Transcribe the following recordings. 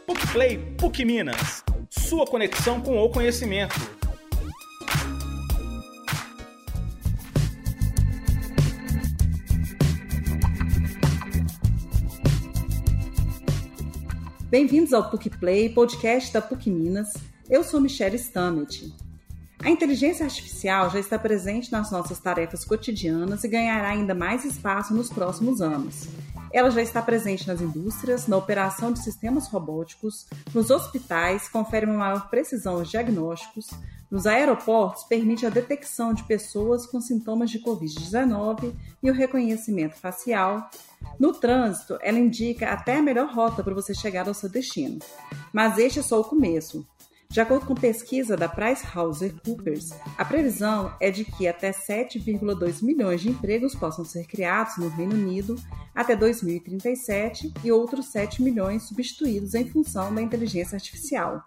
PUC-Play PUC Minas, sua conexão com o conhecimento. Bem-vindos ao PUC-Play, podcast da PUC Minas. Eu sou Michelle Stamet. A inteligência artificial já está presente nas nossas tarefas cotidianas e ganhará ainda mais espaço nos próximos anos. Ela já está presente nas indústrias, na operação de sistemas robóticos, nos hospitais, confere uma maior precisão aos diagnósticos, nos aeroportos, permite a detecção de pessoas com sintomas de Covid-19 e o reconhecimento facial. No trânsito, ela indica até a melhor rota para você chegar ao seu destino. Mas este é só o começo. De acordo com pesquisa da PricewaterhouseCoopers, a previsão é de que até 7,2 milhões de empregos possam ser criados no Reino Unido até 2037 e outros 7 milhões substituídos em função da inteligência artificial.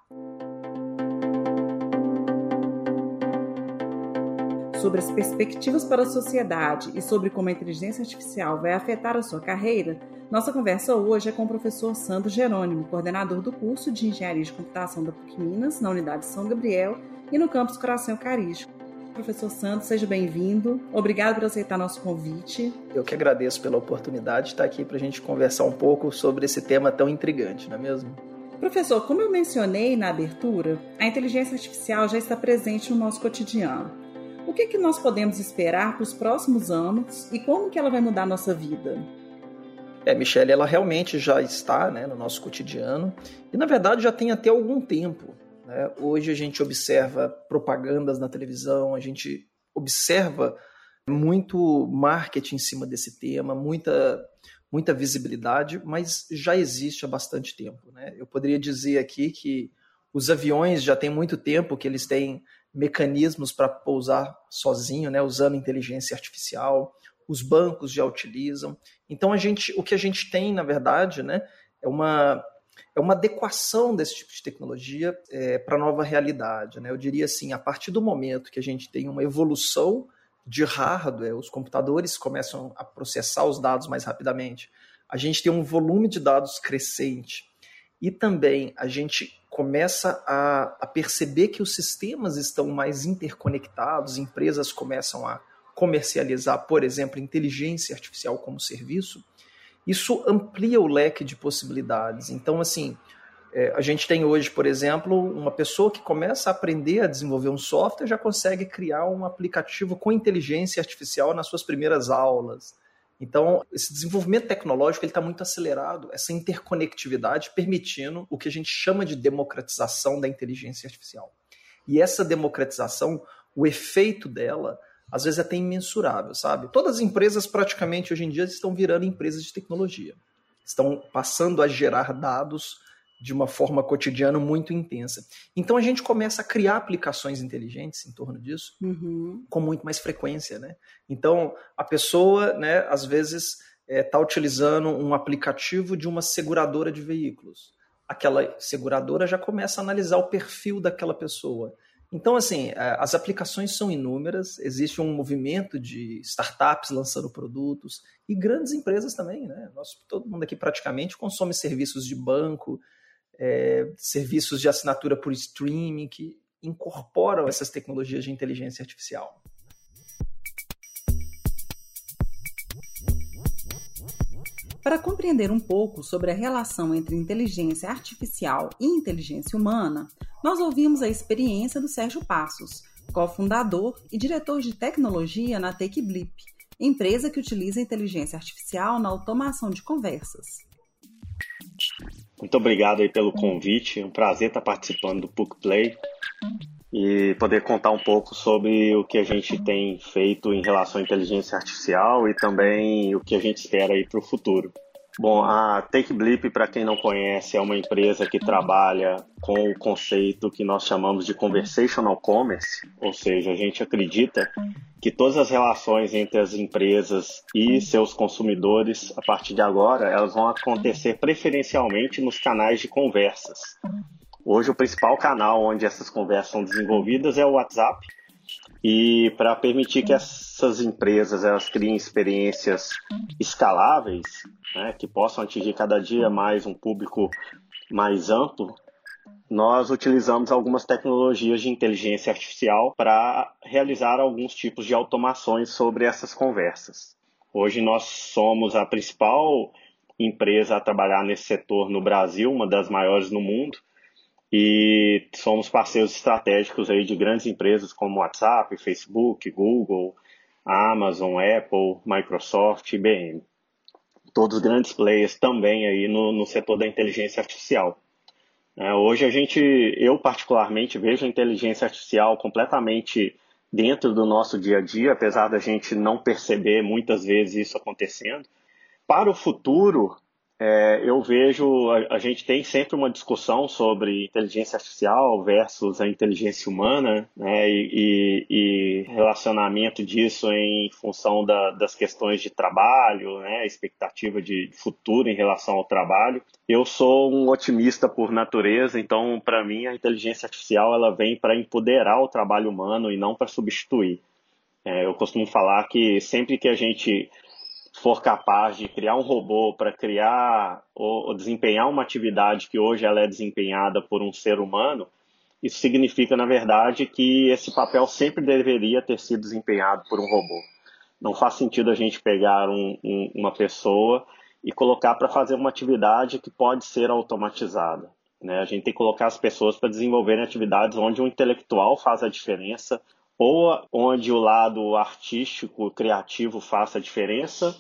Sobre as perspectivas para a sociedade e sobre como a inteligência artificial vai afetar a sua carreira, nossa conversa hoje é com o professor Sandro Jerônimo, coordenador do curso de Engenharia de Computação da PUC Minas, na Unidade São Gabriel e no campus Coração Eucarístico. Professor Sandro, seja bem-vindo. Obrigado por aceitar nosso convite. Eu que agradeço pela oportunidade de estar aqui para a gente conversar um pouco sobre esse tema tão intrigante, não é mesmo? Professor, como eu mencionei na abertura, a inteligência artificial já está presente no nosso cotidiano. O que nós podemos esperar para os próximos anos e como que ela vai mudar a nossa vida? Michelle, ela realmente já está, no nosso cotidiano e, na verdade, já tem até algum tempo. Hoje a gente observa propagandas na televisão, a gente observa muito marketing em cima desse tema, muita visibilidade, mas já existe há bastante tempo. Eu poderia dizer aqui que os aviões já tem muito tempo que eles têm mecanismos para pousar sozinho, usando inteligência artificial. Os bancos já utilizam. Então, o que a gente tem, na verdade, é uma adequação desse tipo de tecnologia para a nova realidade. Eu diria assim, a partir do momento que a gente tem uma evolução de hardware, os computadores começam a processar os dados mais rapidamente, a gente tem um volume de dados crescente e também a gente começa a perceber que os sistemas estão mais interconectados, empresas começam a comercializar, por exemplo, inteligência artificial como serviço, isso amplia o leque de possibilidades. Então, assim, a gente tem hoje, por exemplo, uma pessoa que começa a aprender a desenvolver um software já consegue criar um aplicativo com inteligência artificial nas suas primeiras aulas. Então, esse desenvolvimento tecnológico está muito acelerado, essa interconectividade permitindo o que a gente chama de democratização da inteligência artificial. E essa democratização, o efeito dela, às vezes é até imensurável, sabe? Todas as empresas praticamente hoje em dia estão virando empresas de tecnologia. Estão passando a gerar dados de uma forma cotidiana muito intensa. Então a gente começa a criar aplicações inteligentes em torno disso com muito mais frequência. Então a pessoa, às vezes, está utilizando um aplicativo de uma seguradora de veículos. Aquela seguradora já começa a analisar o perfil daquela pessoa. Então, assim, as aplicações são inúmeras, existe um movimento de startups lançando produtos e grandes empresas também, todo mundo aqui praticamente consome serviços de banco, serviços de assinatura por streaming que incorporam essas tecnologias de inteligência artificial. Para compreender um pouco sobre a relação entre inteligência artificial e inteligência humana, nós ouvimos a experiência do Sérgio Passos, cofundador e diretor de tecnologia na TakeBlip, empresa que utiliza inteligência artificial na automação de conversas. Muito obrigado aí pelo convite, é um prazer estar participando do PUC-Play e poder contar um pouco sobre o que a gente tem feito em relação à inteligência artificial e também o que a gente espera aí para o futuro. Bom, a TakeBlip, para quem não conhece, é uma empresa que trabalha com o conceito que nós chamamos de Conversational Commerce, ou seja, a gente acredita que todas as relações entre as empresas e seus consumidores, a partir de agora, elas vão acontecer preferencialmente nos canais de conversas. Hoje, o principal canal onde essas conversas são desenvolvidas é o WhatsApp, E para permitir que essas empresas elas criem experiências escaláveis, né, que possam atingir cada dia mais um público mais amplo, nós utilizamos algumas tecnologias de inteligência artificial para realizar alguns tipos de automações sobre essas conversas. Hoje nós somos a principal empresa a trabalhar nesse setor no Brasil, uma das maiores no mundo, e somos parceiros estratégicos aí de grandes empresas como WhatsApp, Facebook, Google, Amazon, Apple, Microsoft, IBM. Todos grandes players também aí no setor da inteligência artificial. Hoje eu particularmente vejo a inteligência artificial completamente dentro do nosso dia a dia, apesar da gente não perceber muitas vezes isso acontecendo. Para o futuro, eu vejo, a gente tem sempre uma discussão sobre inteligência artificial versus a inteligência humana, né, e relacionamento disso em função das questões de trabalho, né, expectativa de futuro em relação ao trabalho. Eu sou um otimista por natureza, então para mim a inteligência artificial ela vem para empoderar o trabalho humano e não para substituir. Eu costumo falar que sempre que a gente for capaz de criar um robô para criar ou desempenhar uma atividade que hoje ela é desempenhada por um ser humano, isso significa, na verdade, que esse papel sempre deveria ter sido desempenhado por um robô. Não faz sentido a gente pegar uma pessoa e colocar para fazer uma atividade que pode ser automatizada, né? A gente tem que colocar as pessoas para desenvolverem atividades onde o intelectual faz a diferença, ou onde o lado artístico, criativo faça a diferença,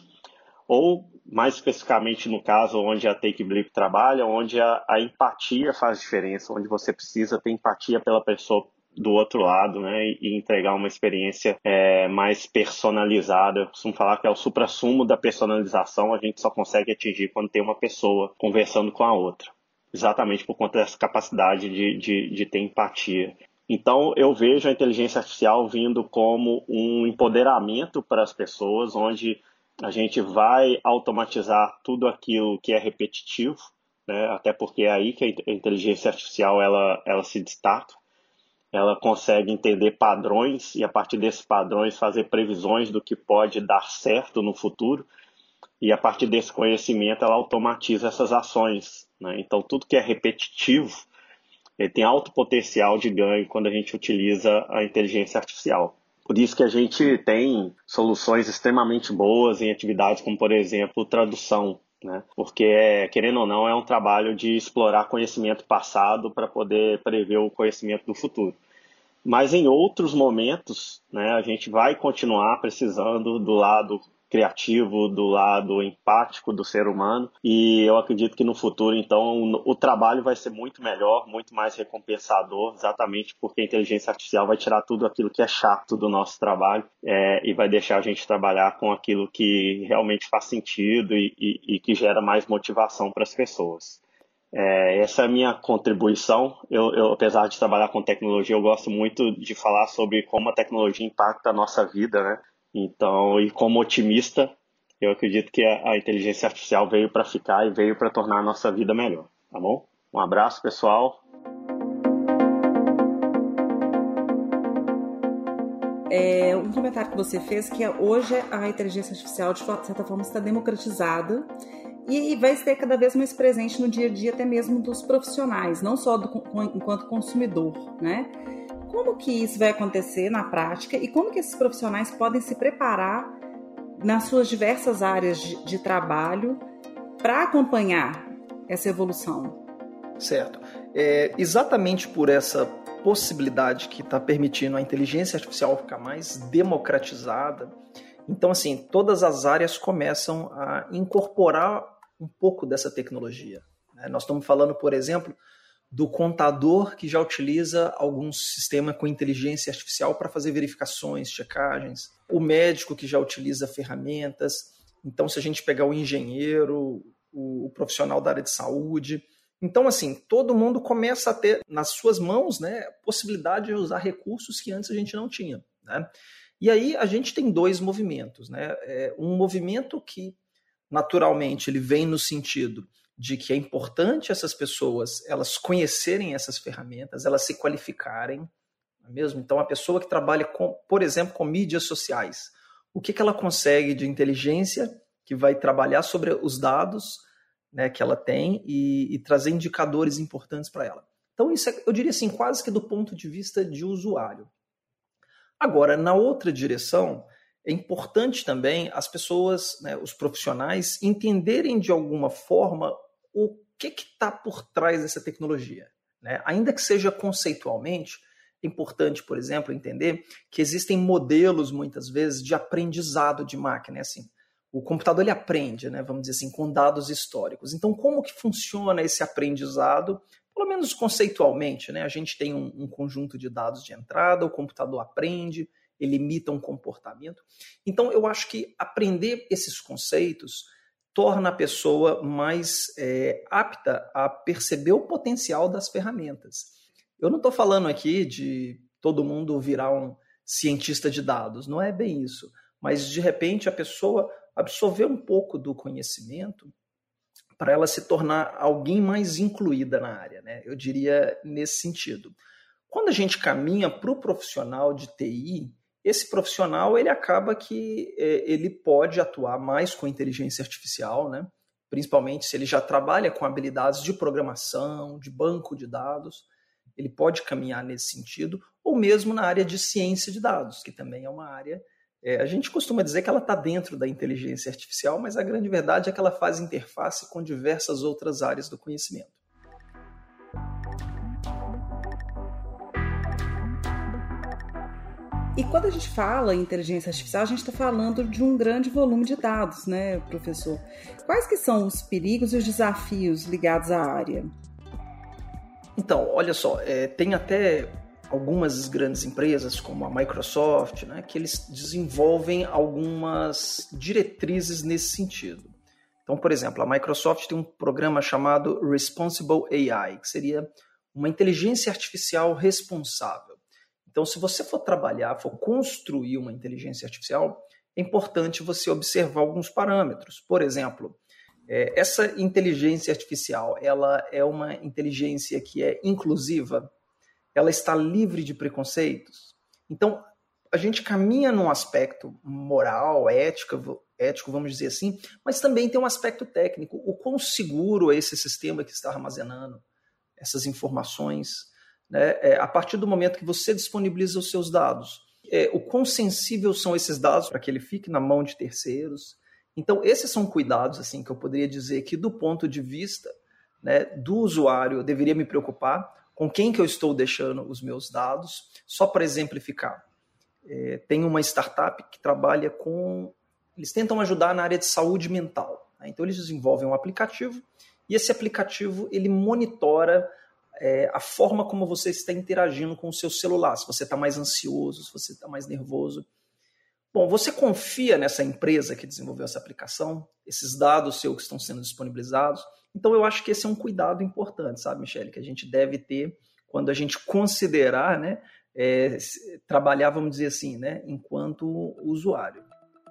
ou, mais especificamente no caso onde a Take Blip trabalha, onde a empatia faz diferença, onde você precisa ter empatia pela pessoa do outro lado, né, e entregar uma experiência mais personalizada. Eu costumo falar que é o suprassumo da personalização, a gente só consegue atingir quando tem uma pessoa conversando com a outra, exatamente por conta dessa capacidade de ter empatia. Então, eu vejo a inteligência artificial vindo como um empoderamento para as pessoas, onde a gente vai automatizar tudo aquilo que é repetitivo, né? Até porque é aí que a inteligência artificial ela se destaca. Ela consegue entender padrões e, a partir desses padrões, fazer previsões do que pode dar certo no futuro. E, a partir desse conhecimento, ela automatiza essas ações, né? Então, tudo que é repetitivo, ele tem alto potencial de ganho quando a gente utiliza a inteligência artificial. Por isso que a gente tem soluções extremamente boas em atividades como, por exemplo, tradução, né? Porque, querendo ou não, é um trabalho de explorar conhecimento passado para poder prever o conhecimento do futuro. Mas em outros momentos, né, a gente vai continuar precisando do lado criativo, do lado empático do ser humano, e eu acredito que no futuro, então, o trabalho vai ser muito melhor, muito mais recompensador, exatamente porque a inteligência artificial vai tirar tudo aquilo que é chato do nosso trabalho e vai deixar a gente trabalhar com aquilo que realmente faz sentido e que gera mais motivação para as pessoas. Essa é a minha contribuição. Eu, apesar de trabalhar com tecnologia, eu gosto muito de falar sobre como a tecnologia impacta a nossa vida, né? Então, e como otimista, eu acredito que a inteligência artificial veio para ficar e veio para tornar a nossa vida melhor, tá bom? Um abraço, pessoal. Um comentário que você fez que hoje a inteligência artificial, de certa forma, está democratizada e vai ser cada vez mais presente no dia a dia, até mesmo dos profissionais, não só enquanto consumidor, né? Como que isso vai acontecer na prática e como que esses profissionais podem se preparar nas suas diversas áreas de trabalho para acompanhar essa evolução? Certo. Exatamente por essa possibilidade que está permitindo a inteligência artificial ficar mais democratizada, então, assim, todas as áreas começam a incorporar um pouco dessa tecnologia, né? Nós estamos falando, por exemplo, do contador que já utiliza algum sistema com inteligência artificial para fazer verificações, checagens, o médico que já utiliza ferramentas. Então, se a gente pegar o engenheiro, o profissional da área de saúde, então, assim, todo mundo começa a ter nas suas mãos, né, a possibilidade de usar recursos que antes a gente não tinha, né? E aí a gente tem dois movimentos, né? Um movimento que, naturalmente, ele vem no sentido de que é importante essas pessoas elas conhecerem essas ferramentas, elas se qualificarem, não é mesmo? Então, a pessoa que trabalha, por exemplo, com mídias sociais, o que ela consegue de inteligência que vai trabalhar sobre os dados, né, que ela tem e trazer indicadores importantes para ela. Então, isso eu diria assim, quase que do ponto de vista de usuário. Agora, na outra direção, é importante também as pessoas, né, os profissionais, entenderem de alguma forma o que está por trás dessa tecnologia, né? Ainda que seja conceitualmente, é importante, por exemplo, entender que existem modelos, muitas vezes, de aprendizado de máquina. Assim, o computador ele aprende, né, vamos dizer assim, com dados históricos. Então, como que funciona esse aprendizado? Pelo menos conceitualmente, né? A gente tem um conjunto de dados de entrada, o computador aprende, ele imita um comportamento. Então, eu acho que aprender esses conceitos torna a pessoa mais apta a perceber o potencial das ferramentas. Eu não estou falando aqui de todo mundo virar um cientista de dados, não é bem isso. Mas, de repente, a pessoa absorver um pouco do conhecimento para ela se tornar alguém mais incluída na área, né? Eu diria nesse sentido. Quando a gente caminha para o profissional de TI, esse profissional ele acaba que ele pode atuar mais com inteligência artificial, né? Principalmente se ele já trabalha com habilidades de programação, de banco de dados, ele pode caminhar nesse sentido, ou mesmo na área de ciência de dados, que também é uma área. A gente costuma dizer que ela está dentro da inteligência artificial, mas a grande verdade é que ela faz interface com diversas outras áreas do conhecimento. E quando a gente fala em inteligência artificial, a gente está falando de um grande volume de dados, né, professor? Quais que são os perigos e os desafios ligados à área? Então, olha só, tem até algumas grandes empresas, como a Microsoft, né, que eles desenvolvem algumas diretrizes nesse sentido. Então, por exemplo, a Microsoft tem um programa chamado Responsible AI, que seria uma inteligência artificial responsável. Então, se você for trabalhar, for construir uma inteligência artificial, é importante você observar alguns parâmetros. Por exemplo, essa inteligência artificial, ela é uma inteligência que é inclusiva? Ela está livre de preconceitos? Então, a gente caminha num aspecto moral, ético, vamos dizer assim, mas também tem um aspecto técnico. O quão seguro é esse sistema que está armazenando essas informações, né? A partir do momento que você disponibiliza os seus dados, o quão sensíveis são esses dados para que ele fique na mão de terceiros. Então, esses são cuidados assim, que eu poderia dizer que, do ponto de vista, né, do usuário, eu deveria me preocupar com quem que eu estou deixando os meus dados. Só para exemplificar, tem uma startup que trabalha com... Eles tentam ajudar na área de saúde mental, né? Então, eles desenvolvem um aplicativo e esse aplicativo ele monitora a forma como você está interagindo com o seu celular, se você está mais ansioso, se você está mais nervoso. Bom, você confia nessa empresa que desenvolveu essa aplicação? Esses dados seus que estão sendo disponibilizados? Então, eu acho que esse é um cuidado importante, sabe, Michele, que a gente deve ter quando a gente considerar, né, trabalhar, vamos dizer assim, né, enquanto usuário.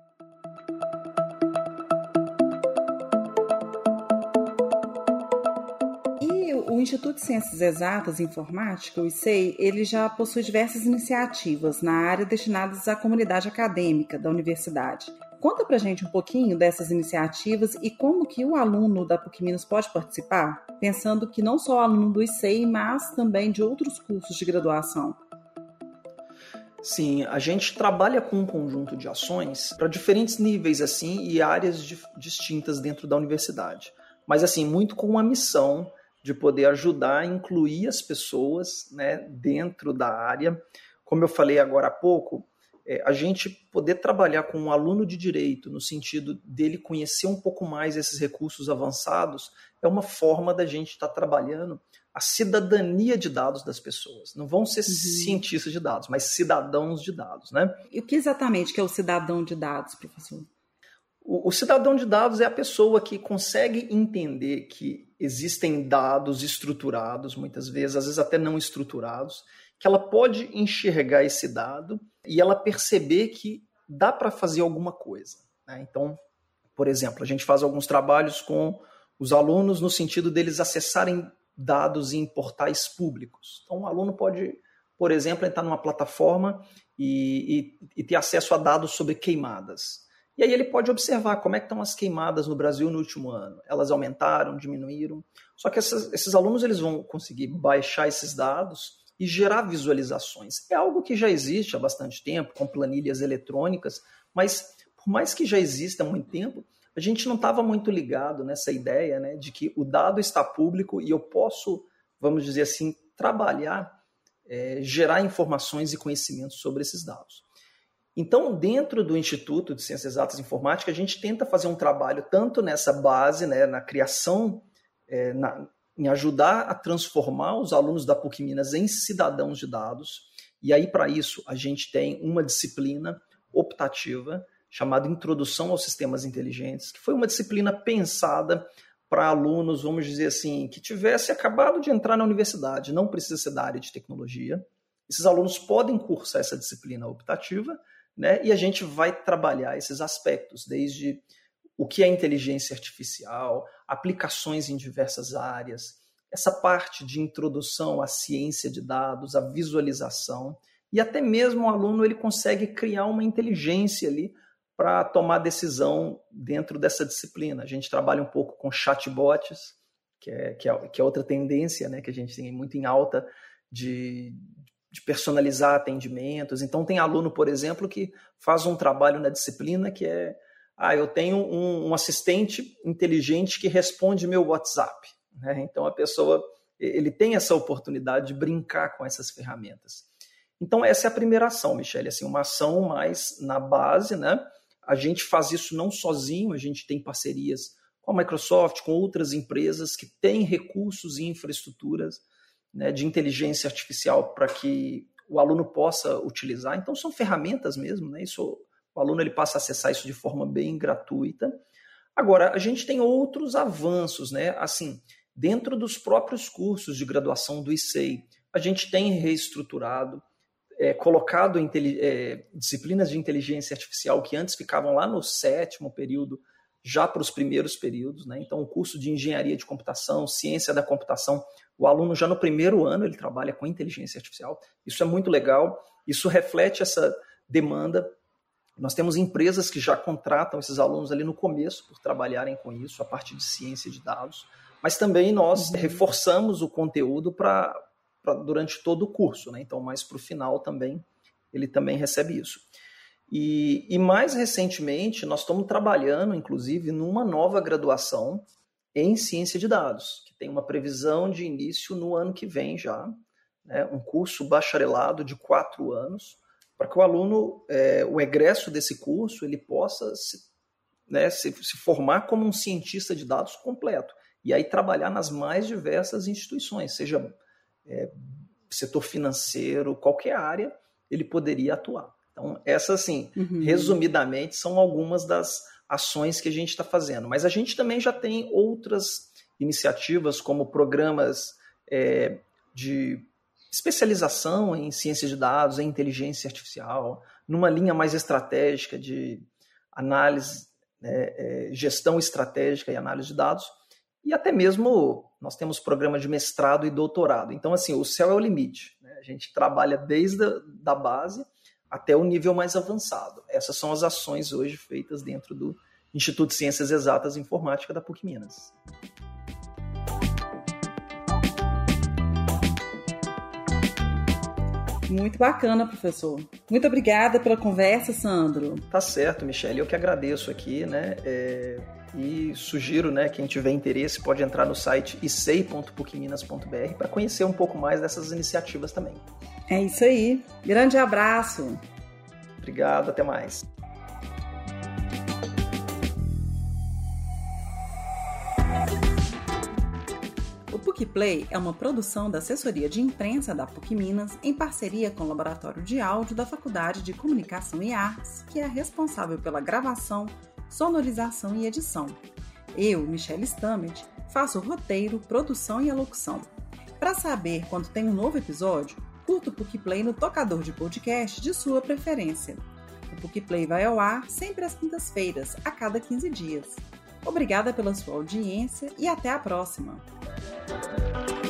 O Instituto de Ciências Exatas e Informática, o ICEI, ele já possui diversas iniciativas na área destinadas à comunidade acadêmica da universidade. Conta pra gente um pouquinho dessas iniciativas e como que o aluno da PUC-Minas pode participar, pensando que não só o aluno do ICEI, mas também de outros cursos de graduação. Sim, a gente trabalha com um conjunto de ações para diferentes níveis assim e áreas distintas dentro da universidade. Mas assim, muito com a missão de poder ajudar a incluir as pessoas, né, dentro da área. Como eu falei agora há pouco, a gente poder trabalhar com um aluno de direito no sentido dele conhecer um pouco mais esses recursos avançados é uma forma da gente estar trabalhando a cidadania de dados das pessoas. Não vão ser cientistas de dados, mas cidadãos de dados, né? E o que exatamente que é o cidadão de dados, professor? O cidadão de dados é a pessoa que consegue entender que existem dados estruturados, muitas vezes, às vezes até não estruturados, que ela pode enxergar esse dado e ela perceber que dá para fazer alguma coisa, né? Então, por exemplo, a gente faz alguns trabalhos com os alunos no sentido deles acessarem dados em portais públicos. Então, o aluno pode por exemplo, entrar numa plataforma e ter acesso a dados sobre queimadas. E aí ele pode observar como é que estão as queimadas no Brasil no último ano. Elas aumentaram, diminuíram. Só que esses alunos eles vão conseguir baixar esses dados e gerar visualizações. É algo que já existe há bastante tempo, com planilhas eletrônicas, mas por mais que já exista há muito tempo, a gente não estava muito ligado nessa ideia, né, de que o dado está público e eu posso, vamos dizer assim, trabalhar, gerar informações e conhecimentos sobre esses dados. Então, dentro do Instituto de Ciências Exatas e Informática, a gente tenta fazer um trabalho tanto nessa base, né, na criação, em ajudar a transformar os alunos da PUC Minas em cidadãos de dados. E aí, para isso, a gente tem uma disciplina optativa chamada Introdução aos Sistemas Inteligentes, que foi uma disciplina pensada para alunos, vamos dizer assim, que tivesse acabado de entrar na universidade, não precisa ser da área de tecnologia. Esses alunos podem cursar essa disciplina optativa, né? E a gente vai trabalhar esses aspectos, desde o que é inteligência artificial, aplicações em diversas áreas, essa parte de introdução à ciência de dados, à visualização, e até mesmo o aluno ele consegue criar uma inteligência ali para tomar decisão dentro dessa disciplina. A gente trabalha um pouco com chatbots, que é outra tendência, né, que a gente tem muito em alta de personalizar atendimentos. Então tem aluno, por exemplo, que faz um trabalho na disciplina que é eu tenho um assistente inteligente que responde meu WhatsApp. Né? Então a pessoa ele tem essa oportunidade de brincar com essas ferramentas. Então essa é a primeira ação, Michele, assim, uma ação mais na base, né? A gente faz isso não sozinho, a gente tem parcerias com a Microsoft, com outras empresas que têm recursos e infraestruturas, né, de inteligência artificial para que o aluno possa utilizar. Então são ferramentas mesmo, né? Isso, o aluno ele passa a acessar isso de forma bem gratuita. Agora, a gente tem outros avanços, né? Assim, dentro dos próprios cursos de graduação do ICEI, a gente tem reestruturado, colocado disciplinas de inteligência artificial que antes ficavam lá no 7º período, já para os primeiros períodos, né? Então, o curso de engenharia de computação, ciência da computação, o aluno já no primeiro ano ele trabalha com inteligência artificial. Isso é muito legal, isso reflete essa demanda. Nós temos empresas que já contratam esses alunos ali no começo por trabalharem com isso, a parte de ciência de dados, mas também nós reforçamos o conteúdo durante todo o curso, né? Então, mais para o final também, ele também recebe isso. E mais recentemente, nós estamos trabalhando, inclusive, numa nova graduação em ciência de dados, que tem uma previsão de início no ano que vem já, né? Um curso bacharelado de 4 anos, para que o aluno, o egresso desse curso, ele possa se formar como um cientista de dados completo, e aí trabalhar nas mais diversas instituições, seja setor financeiro, qualquer área, ele poderia atuar. Então, essas, assim, resumidamente, são algumas das ações que a gente está fazendo. Mas a gente também já tem outras iniciativas, como programas de especialização em ciência de dados, em inteligência artificial, numa linha mais estratégica de análise, gestão estratégica e análise de dados. E até mesmo nós temos programa de mestrado e doutorado. Então, assim, o céu é o limite, né? A gente trabalha desde a base até o nível mais avançado. Essas são as ações hoje feitas dentro do Instituto de Ciências Exatas e Informática da PUC Minas. Muito bacana, professor. Muito obrigada pela conversa, Sandro. Tá certo, Michele. Eu que agradeço aqui, né? E sugiro, né, quem tiver interesse pode entrar no site icei.pucminas.br para conhecer um pouco mais dessas iniciativas também. É isso aí. Grande abraço. Obrigado, até mais. O PUC Play é uma produção da Assessoria de Imprensa da PUC Minas em parceria com o Laboratório de Áudio da Faculdade de Comunicação e Artes, que é responsável pela gravação, sonorização e edição. Eu, Michele Stamet, faço o roteiro, produção e a locução. Para saber quando tem um novo episódio, curta o PUC Play no tocador de podcast de sua preferência. O PUC Play vai ao ar sempre às quintas-feiras, a cada 15 dias. Obrigada pela sua audiência e até a próxima!